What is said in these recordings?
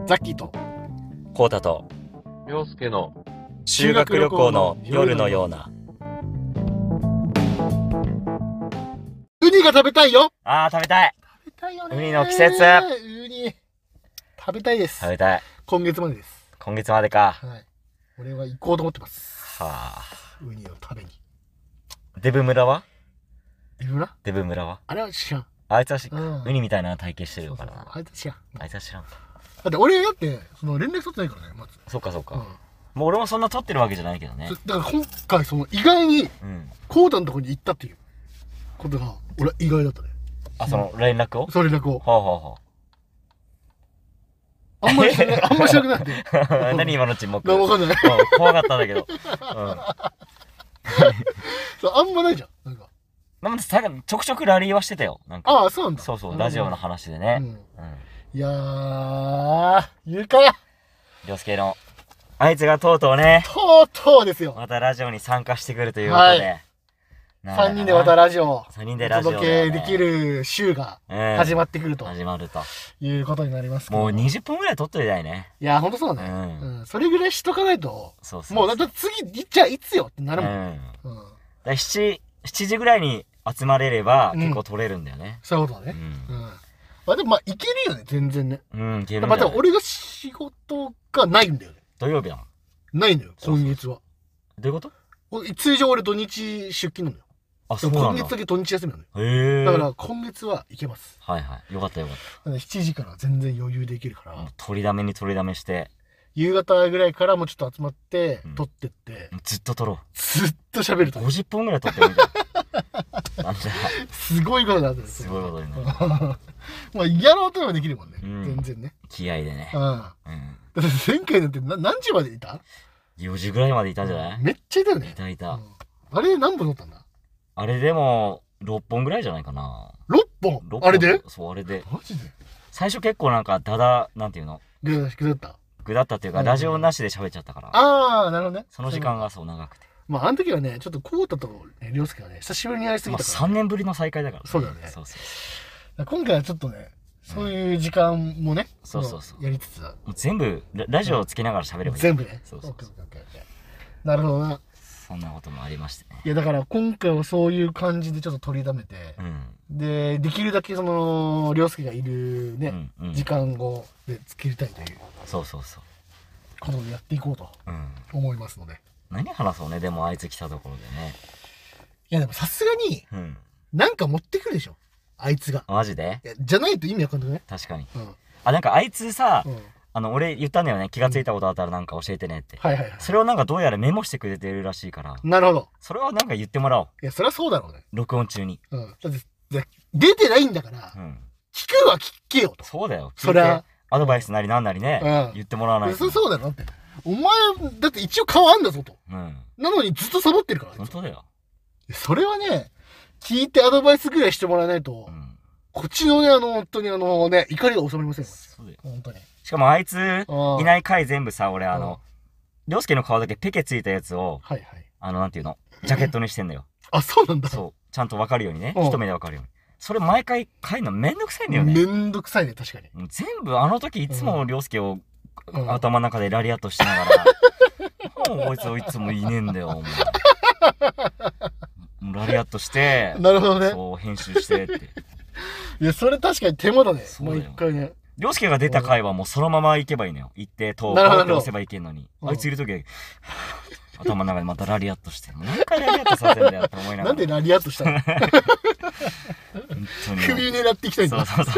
ザッキーとコウタと陽介の修学旅行の夜のような。 ウニが食べたいよ。 食べたい。 食べたいよね。 ウニの季節。 ウニ食べたいです。 食べたい。 今月までです。 今月までか。 はい。俺は行こうと思ってます。 はあ。 ウニを食べに。 デブ村は？ デブ村？ はあれは知らん。 あいつはうんウニみたいな体型してるからな。 あいつ知らん。 あいつは知らんか。 だって俺だってその連絡取ってないからね、まず。 そっかそっか。 うん。 もう俺もそんな撮ってるわけじゃないけどね。 だから今回その意外にうん。 コウタのとこに行ったっていうことが俺は意外だったね。 その連絡を？ それ連絡を。 ほうほうほあんまりしなくなって。 う。何今の沈黙？ わかんない。 怖かったんだけど。 そうあんまないじゃん。なんか。 なんかちょくちょくラリーはしてたよ。なんか。 ああ、そうなんだ。 そうそう、ラジオの話でね。 うん。 うん。 いやー、言うかや。 涼介のあいつがとうとうね、 とうとうですよ。 またラジオに参加してくるということで。 3人でまたラジオを 3人でおラジオ届けできる週が始まってくると始まると。 いうことになりますけど。 もう20分ぐらい撮っといたいね。 いや、ほんとそうね。うん。それぐらいしとかないと、 そうそう。 もうだって次、じゃあいつよってなるもん。 うん。 うん。 だから7時ぐらいに集まれれば結構撮れるんだよね。 そういうことね。うん。まあでもまあいけるよね、全然ね。 うん、いけるんだよ。 また俺が仕事がないんだよね。 土曜日なの？ ないのよ、今月は。 どういうこと？ 通常俺土日出勤なのよ。 あ、そうなんだ。 今月だけ土日休みなのよ。 へえ。 だから今月はいけます。 はいはい。よかったよかった。 7時から全然余裕できるから。 取りだめに取りだめして。 夕方ぐらいからもうちょっと集まって、撮ってって。 ずっと撮ろう。 ずっと喋ると。 50本ぐらい撮ってもいいんだよ。なんだ。 すごいことだって。 すごいことになる。 まあ、やろうとはできるもんね。全然ね。 気合でね。 だって前回なんて何時までいた ?4 時ぐらいまでいたんじゃない？ めっちゃいたよね。 いた。 あれ何本撮ったんだ？ あれでも、6本ぐらいじゃないかな。 6本あれで？ そう、あれで。 マジで？ 最初結構なんか、なんていうの？ ぐだった。 ぐだったっていうか、ラジオなしで喋っちゃったから。 ああ、なるほどね。 その時間がそう長くて。 まあ、あの時はね、ちょっとコウタと涼介がね、久しぶりに会いすぎたから。 3年ぶりの再会だから。 そうだよね。 そうそう。 今回はちょっとね、そういう時間もね、 そうそうそう。 やりつつ。 もう全部、ラジオをつけながら喋ればいい。 全部ね。 そうそう。 なるほどな。 そんなこともありましてね。 いや、だから今回はそういう感じでちょっと取りだめて、で、できるだけその、涼介がいるね、時間を作りたいという。 そうそうそう。 ことでやっていこうと思いますので。 何話そうね、でもあいつ来たところでね。 いや、でもさすがに、なんか持ってくるでしょ、あいつが。 マジで？ じゃないと意味わかんないね。 確かに。なんかあいつさ、俺言ったんだよね。気がついたことあったらなんか教えてねって。それをなんかどうやらメモしてくれてるらしいから。 なるほど。 それはなんか言ってもらおう。 いや、そりゃそうだろうね。 録音中に。 だって出てないんだから、聞くは聞けよと。 そうだよ。 そりゃ。 アドバイスなりなんなりね、言ってもらわないと。 そうだよ。だって。お前、だって一応顔あんだぞと。なのにずっとサボってるからね。 本当だよ。 それはね、聞いてアドバイスぐらいしてもらわないと、こっちのね、本当にね、怒りが収まりませんよ。 そうだよ。 本当に。 しかもあいつ、いない回全部さ、俺涼介の顔だけペケついたやつを、なんていうの、ジャケットにしてんだよ。 あ、そうなんだ。 そう。ちゃんとわかるようにね。一目でわかるように。それ毎回変えるのめんどくさいんだよね。 めんどくさいね、確かに。 全部、あの時いつも涼介を頭の中でラリアットしながら、もうこいつはいつもいねえんだよ、お前。ラリアットして、 なるほどね。 そう、編集してって。 いや、それ確かに手間だね。もう一回ね。 涼介が出た回はもうそのまま行けばいいのよ。行って、投稿って押せばいけんのに。あいついるときは、頭の中でまたラリアットして。何回ラリアットさせんだよって思いながら。 なんでラリアットしたの？本当に。首狙っていきたいんだ。 そう。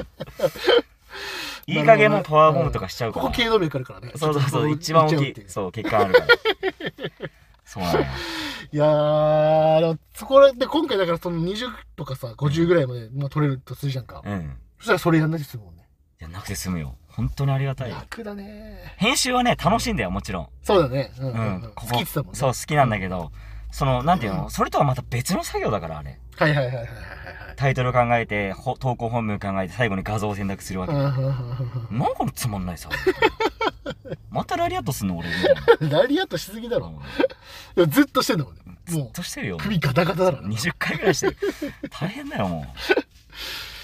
いい加減もパワーボムとかしちゃうから。 ここ頸動脈あるからね。 そう、一番大きい。そう、血管あるから。そうなのよ。 いやー、そこで今回だからその20とかさ、50ぐらいまで取れるとするじゃんか。そしたらそれやんなくて済むもんね。 やんなくて済むよ。本当にありがたいよ。 楽だね。 編集はね、楽しいんだよ、もちろん。 そうだね。 好きって言ったもんね。 そう、好きなんだけど、なんていうの、それとはまた別の作業だから、あれ。タイトル考えて、投稿本文考えて、最後に画像を選択するわけ。なんかつまんないさ。またラリアットすんの俺。 ラリアットしすぎだろ。ずっとしてんだもんね。 ずっとしてるよ。 首ガタガタだろ。 20回ぐらいしてる。大変だよ、も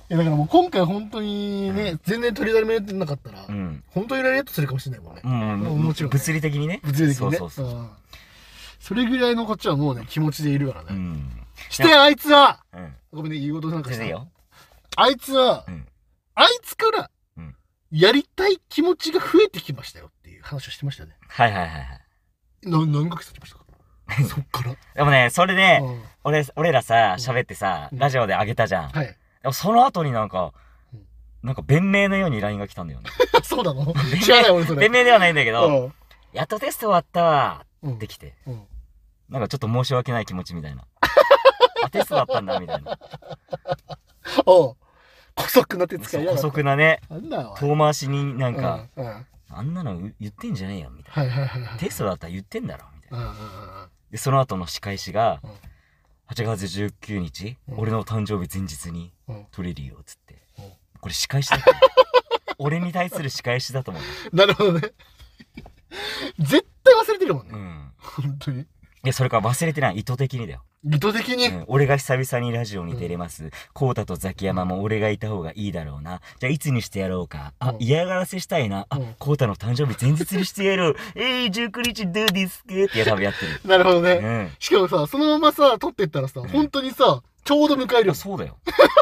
だからもう今回本当にね、全然取りだめなかったら、本当にラリアットするかもしれないもんね。もちろん。 物理的にね。 物理的にね。それぐらいのこっちはもうね、気持ちでいるからね。してあいつは、ごめんね、言うことなんかして。あいつは、あいつから、やりたい気持ちが増えてきましたよっていう話をしてましたよね。 はいはいはい。 何ヶ月経ちましたか？そっから。 でもね、それで、俺らさ、喋ってさ、ラジオであげたじゃん。はい。でもその後になんか弁明のように LINE が来たんだよね。 そうなの？知らない俺それ。 弁明ではないんだけど、やっとテスト終わったわって来て。なんかちょっと申し訳ない気持ちみたいな。あ、テストだったんだみたいな。 おう。姑息な手使いやがって。 姑息なね。遠回しになんか、あんなの言ってんじゃねえよみたいな。テストだったら言ってんだろみたいな。で、その後の仕返しが、8月19日、俺の誕生日前日に取れるよっつって。これ仕返しだから。俺に対する仕返しだと思う。 なるほどね。絶対忘れてるもんね。本当に。 いや、それから忘れてない。意図的にだよ。 意図的に、 俺が久々にラジオに出れます。コウタとザキヤマも俺がいた方がいいだろうな。じゃあいつにしてやろうか。あ、嫌がらせしたいな。あ、コウタの誕生日前日にしてやろう。19日どうですかって多分やってる。 なるほどね。しかもさ、そのままさ、撮ってったらさ、本当にさ、ちょうど迎えるよ。 そうだよ。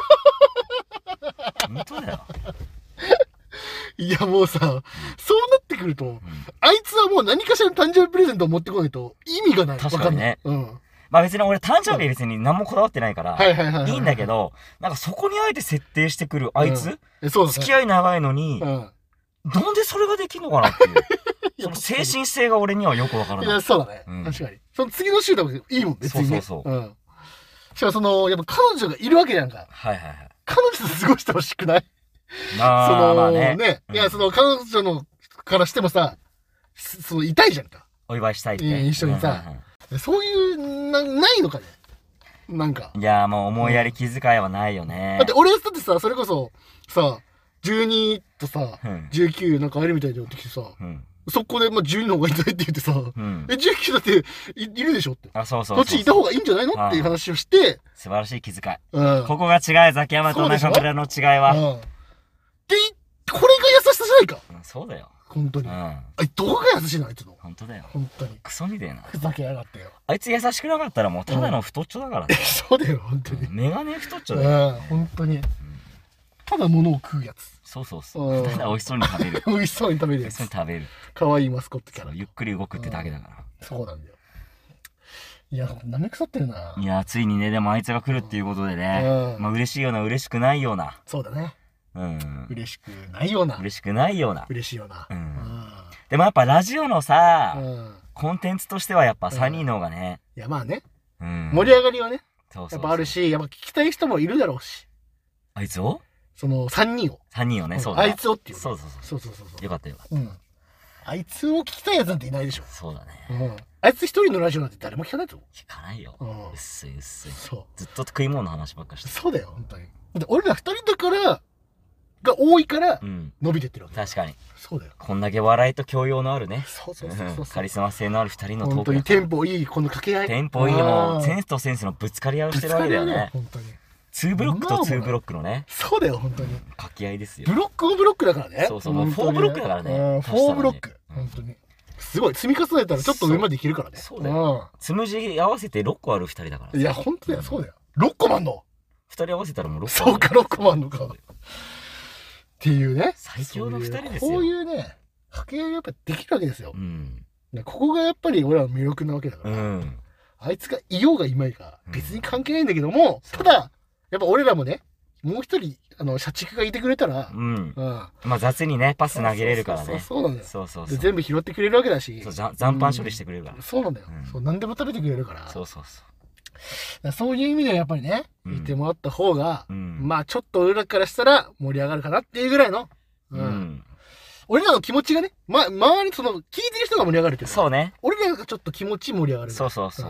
本当だよ。 いやもうさ、そうなってくると、あいつはもう何かしらの誕生日プレゼントを持ってこないと意味がない。 確かにね。まあ別に俺誕生日別に何もこだわってないから、いいんだけど、なんかそこにあえて設定してくるあいつ、付き合い長いのに、なんでそれができんのかなっていう。その精神性が俺にはよくわからない。 いや、そうだね。確かに。その次の週でもいいもん、別にね。そうそうそう。しかもその、やっぱ彼女がいるわけじゃんか。はいはいはい。彼女と過ごしてほしくない？まあね。いや、その彼女のからしてもさ、痛いじゃんか。 お祝いしたいって。 一緒にさ。そういう、ないのかね。なんか。 いや、もう思いやり気遣いはないよね。 だって俺だってさ、それこそ、さ、12とさ、19なんか会えるみたいになってきてさ、そこで、まあ、12の方がいいんじゃないって言ってさ、19だっているでしょって。 あ、そうそう。 こっちいた方がいいんじゃないのっていう話をして、 素晴らしい気遣い。ここが違う、ザキヤマと中村の違いは。で、これが優しさじゃないか。 そうだよ。 本当に。どこが優しいのあいつの。 本当だよ。 本当に。 クソみてえな。 ふざけやがってよ。 あいつ優しくなかったらもうただの太っちょだからね。 そうだよ、本当に。 メガネ太っちょだよ。 本当に。ただ物を食うやつ。 そうそうそう。ただ美味しそうに食べる。 美味しそうに食べるやつ。 美味しそうに食べる。 可愛いマスコットキャラ。 ゆっくり動くってだけだから。 そうなんだよ。いや、なめ腐ってるな。 いや、ついにね、でもあいつが来るっていうことでね。まあ嬉しいような、嬉しくないような。 そうだね。嬉しくないような。 嬉しくないような。 嬉しいような。 でもやっぱラジオのさ、コンテンツとしてはやっぱ3人の方がね。 いや、まあね。盛り上がりはね。やっぱあるし、やっぱ聞きたい人もいるだろうし。 あいつをその3人を。 3人をね、そうだ。 あいつをっていう。 そうそうそう。よかったよかった。 あいつを聞きたいやつなんていないでしょ。 そうだね。 あいつ一人のラジオなんて誰も聞かないぞ。 聞かないよ。薄い薄い。そう。ずっと食い物の話ばっかして。 そうだよ、本当に。俺ら二人だから、が多いから伸びてってるわけ。 確かに。 そうだよ。 こんだけ笑いと教養のあるね。 そうそう。 カリスマ性のある2人のトーク。 本当にテンポいい、この掛け合い。 テンポいいの、センスとセンスのぶつかり合いをしてるわけだよね。 本当に。 2ブロックと2ブロックのね。 そうだよ、本当に。 掛け合いですよ。 ブロックもブロックだからね。 そうそう、もう4ブロックだからね。 4ブロック。本当に。すごい。積み重ねたらちょっと上までいけるからね。 そうだよ。つむじ合わせて6個ある2人だから。 いや、本当だよ、そうだよ。6個もあんの ?2人合わせたらもう6個。 そうか、6個もあんのか。っていうね。 最強の2人ですよ。 こういうね、掛け合いがやっぱできるわけですよ。ここがやっぱり俺らの魅力なわけだから。あいつがいようがいまいが別に関係ないんだけども、ただ、やっぱ俺らもね、もう一人、社畜がいてくれたら、 まあ雑にね、パス投げれるからね。 そうなんだよ。そう。全部拾ってくれるわけだし。 残飯処理してくれるから。 そうなんだよ。そう、何でも食べてくれるから。 そう。 そういう意味ではやっぱりね、いてもらった方が、まあちょっと俺らからしたら盛り上がるかなっていうぐらいの、俺らの気持ちがね、周りに聞いてる人が盛り上がるけど、 そうね。 俺らがちょっと気持ち盛り上がる。 そう。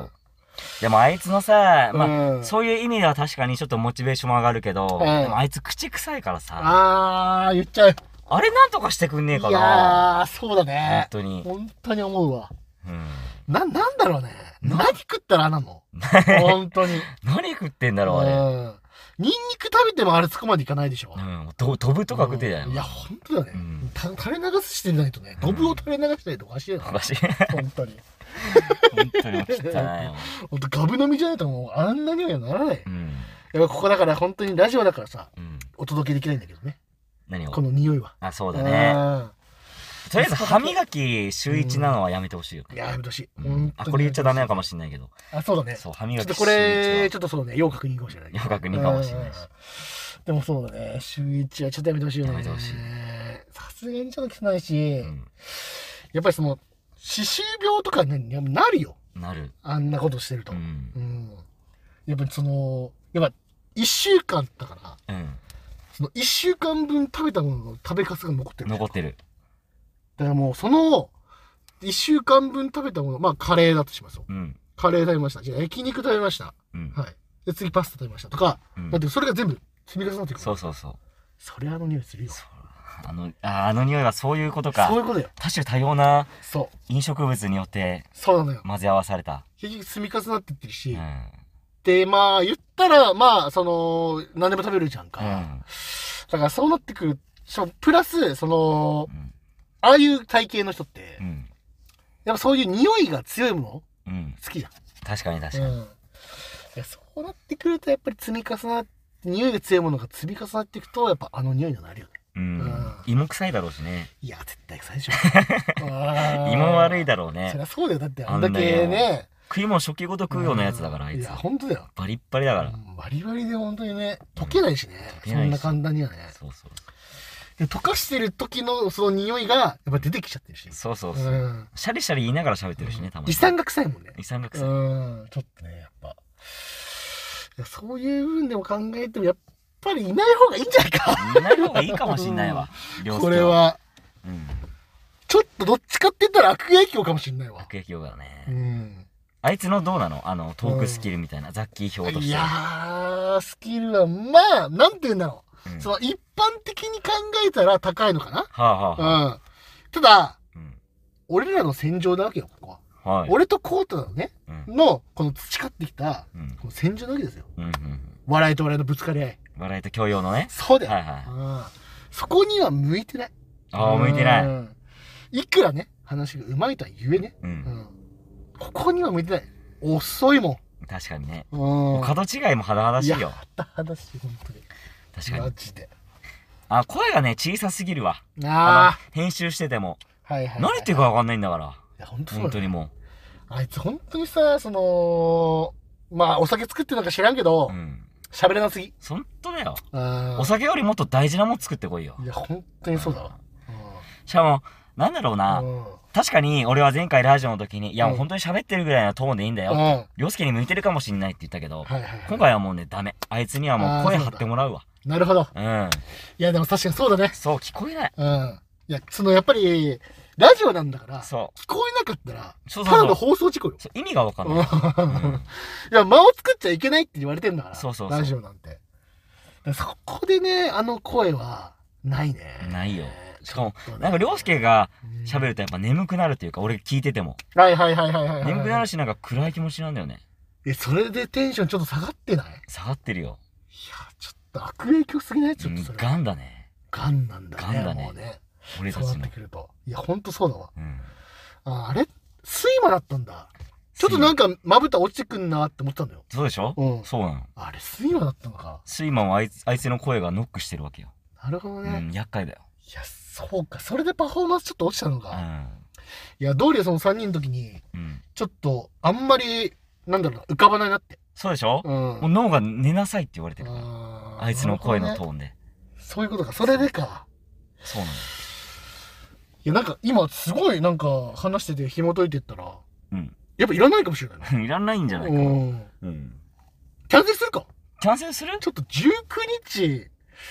でもあいつのさ、まあ、そういう意味では確かにちょっとモチベーションも上がるけど、でもあいつ口臭いからさ。 言っちゃう。 あれなんとかしてくんねえかな。 いやー、そうだね。本当に思うわ。なんだろうね。何食ったらあんなの本当に。 何食ってんだろう、あれ。 ニンニク食べてもあれそこまでいかないでしょ。 ドブとか食ってたよ。 いや、ほんとだね。垂れ流してないとね、ドブを垂れ流したりとかしないと。おかしい。ほんとに。 本当に汚いよ。 ほんと、ガブ飲みじゃないともう、あんなにはならない。やっぱここだから本当にラジオだからさ、お届けできないんだけどね。 何を？ この匂いは。 あ、そうだね。とりあえず歯磨き週1なのはやめてほしいよね。 やめてほしい。 あ、これ言っちゃダメかもしんないけど。 あ、そうだね。 そう、歯磨きちょっとこれ、ちょっとそうね、要確認かもしれない。 要確認かもしれないし。 でもそうだね、週1はちょっとやめてほしいよね。 やめてほしい。 さすがにちょっと汚いし、やっぱりその、歯周病とかね、なるよ。 なる。 あんなことしてると。やっぱりその、やっぱ1週間だから、その1週間分食べたものの食べかすが残ってる。 残ってる。 だからもうその1週間分食べたもの、まあカレーだとしますよ。カレー食べました。じゃあ焼肉食べました。はい。で次パスタ食べましたとか、だってそれが全部積み重なってくる。 そうそうそう。 それ匂いするよ。 あの匂いはそういうことか。 そういうことよ。 多種多様な飲食物によってそうなのよ。 混ぜ合わされた。 結局積み重なってってるし、で、まあ言ったら、まあその、何でも食べるじゃんか。だからそうなってくる。プラス、その、ああいう体型の人って、やっぱそういう匂いが強いもの、好きじゃん。 確かに確かに。 そうなってくると、やっぱり積み重なって、匂いが強いものが積み重なっていくと、やっぱあの匂いになるよね。 芋臭いだろうしね。 いや、絶対臭いでしょ。 芋悪いだろうね。 そりゃそうだよ。だってあんだけね。 食い物初期ごと食うようなやつだから、あいつ。 いや、ほんとだよ。 バリッバリだから。 バリバリでほんとにね、溶けないしね。そんな簡単にはね。 そうそう。 で、溶かしてる時のその匂いが、やっぱ出てきちゃってるし。 そうそうそう。シャリシャリ言いながら喋ってるしね、たまに。 胃酸が臭いもんね。 胃酸が臭い。 ちょっとね、やっぱ。そういう部分でも考えても、やっぱりいない方がいいんじゃないか。 いない方がいいかもしんないわ。 これは。ちょっとどっちかって言ったら悪影響かもしんないわ。 悪影響だね。あいつのどうなのトークスキルみたいな、ザッキー表として。 いやー、スキルは、まあ、なんて言うんだろう。その一般的に考えたら高いのかな。ただ、俺らの戦場なわけよ、ここは。俺とコートのね、の、この培ってきた、この戦場なわけですよ。笑いと笑いのぶつかり合い。 笑いと教養のね。 そうだよ。そこには向いてない。 向いてない。 いくらね、話が上手いとは言えね。ここには向いてない。遅いもん。 確かにね。角違いも甚だしいよ。 甚だしい、本当に。 確かに。 マジで。 声がね、小さすぎるわ。編集してても。何言ってるか分かんないんだから。 いや、本当にもう。 あいつ本当にさ、その、まあ、お酒作ってるのか知らんけど、喋れなすぎ。 本当だよ。お酒よりもっと大事なもん作ってこいよ。 いや、本当にそうだわ。 しかも、なんだろうな。確かに、俺は前回ラジオの時に、いや、もう本当に喋ってるぐらいのトーンでいいんだよ。凌介に向いてるかもしんないって言ったけど、今回はもうね、ダメ。あいつにはもう声張ってもらうわ。 なるほど。いや、でも確かにそうだね。 そう、聞こえない。 いや、やっぱり、ラジオなんだから、聞こえなかったら、ただの放送事故よ。 意味がわかんない。 いや、間を作っちゃいけないって言われてんだから、ラジオなんて。そこでね、あの声は、ないね。 ないよ。しかも、なんか、凌介が喋るとやっぱ眠くなるっていうか、俺聞いてても。眠くなるし、なんか暗い気持ちなんだよね。 それでテンションちょっと下がってない？ 下がってるよ。 いや、ちょっと悪影響すぎない？ちょっとそれ。 ガンだね。 ガンなんだね。 ガンだね。 俺たちそうなってくると。いや、ほんとそうだわ。あれ睡魔だったんだ。ちょっとなんか、まぶた落ちてくんなって思ったんだよ。 そうでしょ？そうなの。 あれ、睡魔だったのか。 睡魔はあいつの声がノックしてるわけよ。 なるほどね。 厄介だよ。 いや、そうか。それでパフォーマンスちょっと落ちたのか。いや、どうりはその3人の時に、ちょっと、あんまり、なんだろうな、浮かばないなって。 そうでしょ？もう脳が寝なさいって言われてるから。あいつの声のトーンで。 そういうことか。それでか。 そうなの。 いや、なんか今すごいなんか話してて紐解いてったら、やっぱいらないかもしれない。 いらないんじゃないか。 キャンセルするか。 キャンセルする？ ちょっと19日。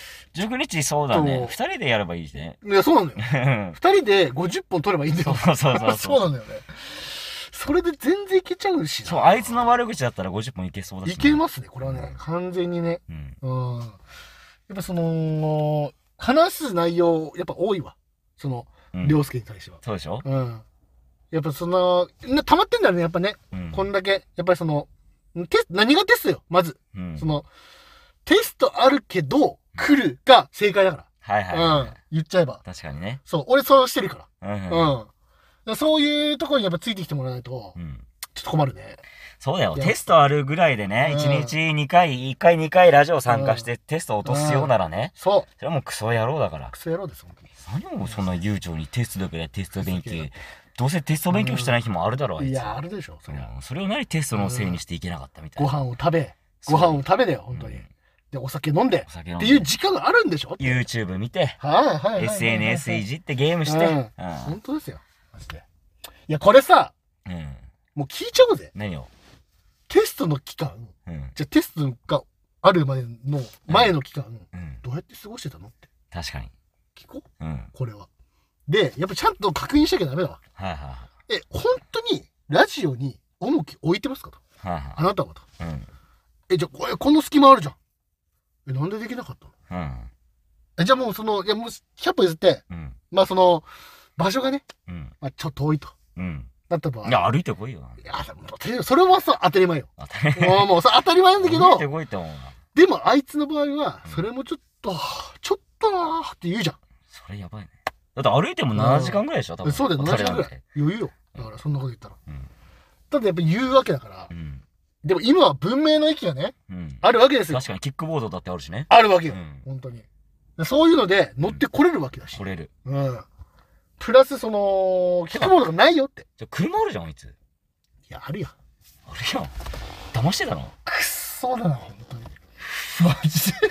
19日そうだね。2人でやればいいしね。 いや、そうなんだよ。2人で50本取ればいいんだよ。 そうそう。 そうなんだよね。それで全然いけちゃうし。 そう、あいつの悪口だったら50本いけそうだし。 いけますね、これはね。完全にね。やっぱその、話す内容、やっぱ多いわ。その、凌介に対しては。 そうでしょ？ やっぱその、溜まってんだよね、やっぱね。こんだけ。やっぱりその、何がテストよ、まず。その、 テストあるけど、来るが正解だから。 はいはい。 言っちゃえば。 確かにね。 そう、俺そうしてるから。そういうところにやっぱついてきてもらわないと、ちょっと困るね。 そうだよ。テストあるぐらいでね、1日2回、1回2回ラジオ参加してテスト落とすようならね。そう。それはもうクソ野郎だから。 クソ野郎です、本当に。 何もそんな悠長にテストだけでテスト勉強。どうせテスト勉強してない日もあるだろう、あいつ。 いや、あるでしょ、 それを何テストのせいにしていけなかったみたいな。ご飯を食べだよ、本当に。で、お酒飲んで。っていう時間があるんでしょ ?YouTube 見て。SNS いじってゲームして。 本当ですよ。マジで。いや、これさ、もう聞いちゃおうぜ。 何をテストの期間、じゃあテストがあるまでの前の期間、どうやって過ごしてたのって。 確かに。 聞こう、これは。で、やっぱちゃんと確認しなきゃダメだわ。本当にラジオに重き置いてますかと。あなたはと。じゃあこの隙間あるじゃん。なんでできなかったの？じゃあもういやもう100歩譲って、まあ場所がね、まあちょっと遠いと。だった場合。 いや、歩いてこいよ。 いや、それはさ、当たり前よ。もうさ、当たり前なんだけど、 歩いてこいって思うな。 でもあいつの場合は、それもちょっとなーって言うじゃん。 それやばいね。だって歩いても7時間ぐらいでしょ、多分。 そうだよ、7時間ぐらい。余裕よ。だからそんなこと言ったら。ただやっぱ言うわけだから。でも今は文明の駅がね、あるわけですよ。 確かにキックボードだってあるしね。 あるわけよ。本当に。そういうので乗ってこれるわけだし。 来れる。 プラスキックボードがないよって。 じゃ車あるじゃん、あいつ。いや、あるやん。 あるやん。騙してたの？ くっそだな、本当に。マジで。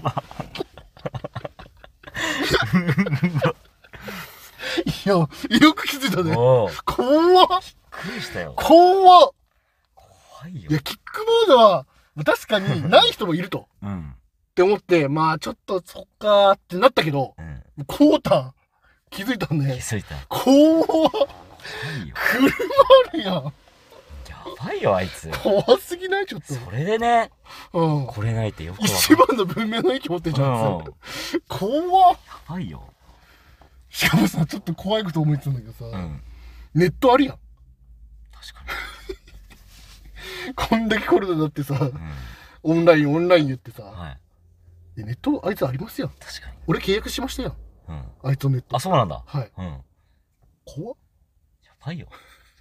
いや、よく気づいたね。怖っ。びっくりしたよ。 怖っ。 怖いよ。 いや、キックボードは、確かにない人もいると。って思って、まあ、ちょっと、そっかーってなったけど、こうた、気づいたね。 気づいた。 怖っ。車あるやん。 やばいよ、あいつ。 怖すぎないちょっと。 それでね、これないってよくわかる。 一番の文明の駅持ってんじゃん。怖っ。 やばいよ。 しかもさ、ちょっと怖いこと思いついたんだけどさ、ネットあるやん。 確かに。こんだけコロナになってさ、オンライン言ってさ、ネットあいつありますやん。 確かに。 俺契約しましたやん。あいつのネット。 あ、そうなんだ。 はい。怖っ。 やばいよ。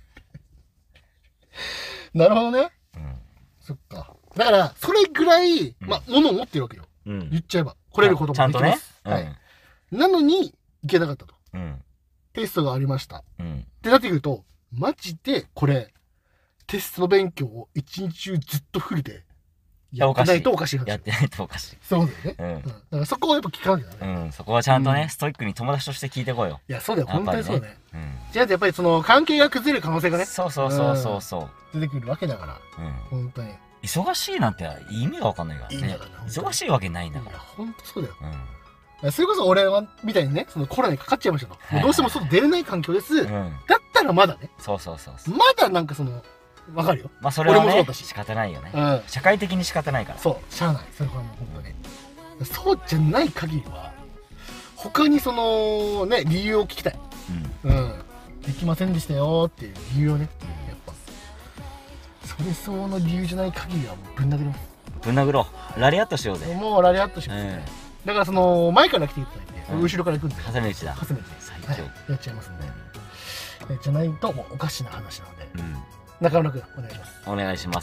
なるほどね。そっか。だから、それぐらい、まあ、物を持ってるわけよ。言っちゃえば。来れることもできます。はい。なのに、行けなかったと。テストがありました。ってなってくると、マジで、これ、テストの勉強を一日中ずっとフルで、やってないとおかしい話。 やってないとおかしい。 そうだよね。だからそこをやっぱ聞かなきゃね。 そこはちゃんとね、ストイックに友達として聞いてこいよ。 いや、そうだよ。本当にそうだね。じゃあやっぱり関係が崩れる可能性がね。 そう。 出てくるわけだから。本当に。 忙しいなんて意味がわかんないからね。忙しいわけないんだから。 いや、本当そうだよ。それこそ俺みたいにね、コロナにかかっちゃいましたと。どうしても外出れない環境です。だったらまだね。 そう。 まだなんかわかるよ。 まあそれはね、仕方ないよね。社会的に仕方ないから。 そう、しゃあない。それはもう本当に。そうじゃない限りは、他に理由を聞きたい。できませんでしたよっていう理由をね、やっぱ。それ相応の理由じゃない限りはもうぶん殴ります。 ぶん殴ろう。ラリアットしようぜ。 もうラリアットしますね。だから前から来ていただいて、後ろから行くんで。 挟み撃ちだ。 挟み撃ち。最強。やっちゃいますんで。じゃないともうおかしな話なので。中村君、お願いします。 お願いします。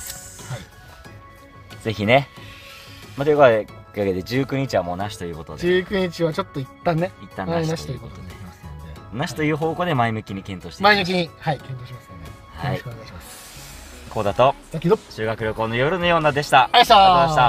はい。ぜひね。というわけで、19日はもうなしということで。 19日はちょっと一旦ね。 一旦なしということで。なしという方向で前向きに検討していきます。前向きに、はい、検討しますので。よろしくお願いします。 こうだと、修学旅行の夜のようなでした。 ありがとうございました。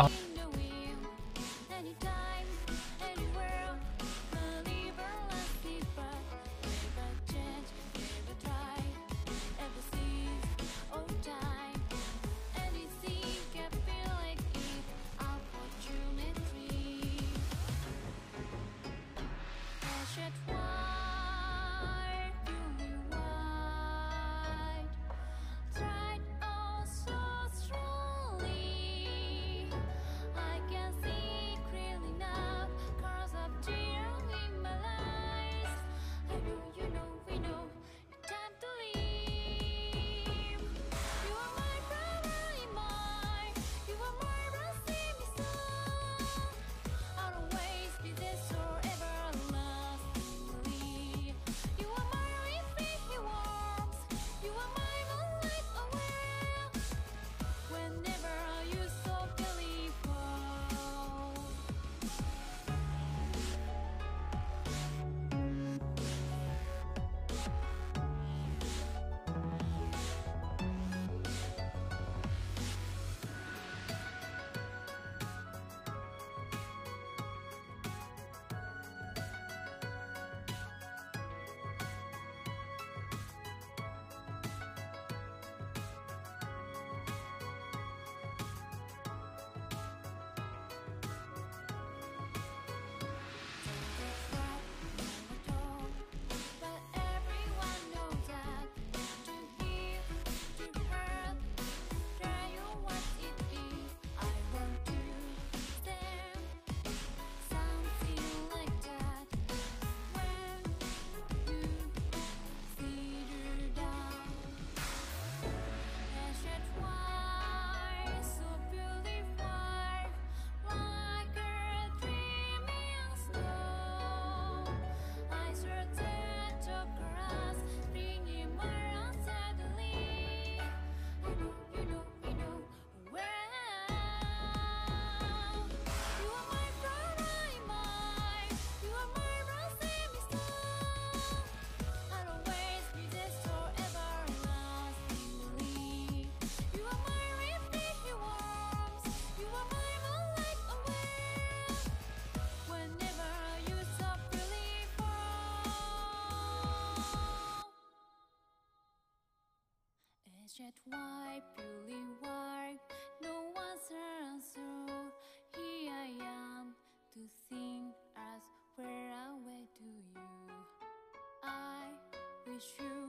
Yet why purely work? No answer, so here I am to think as where I went to you. I wish you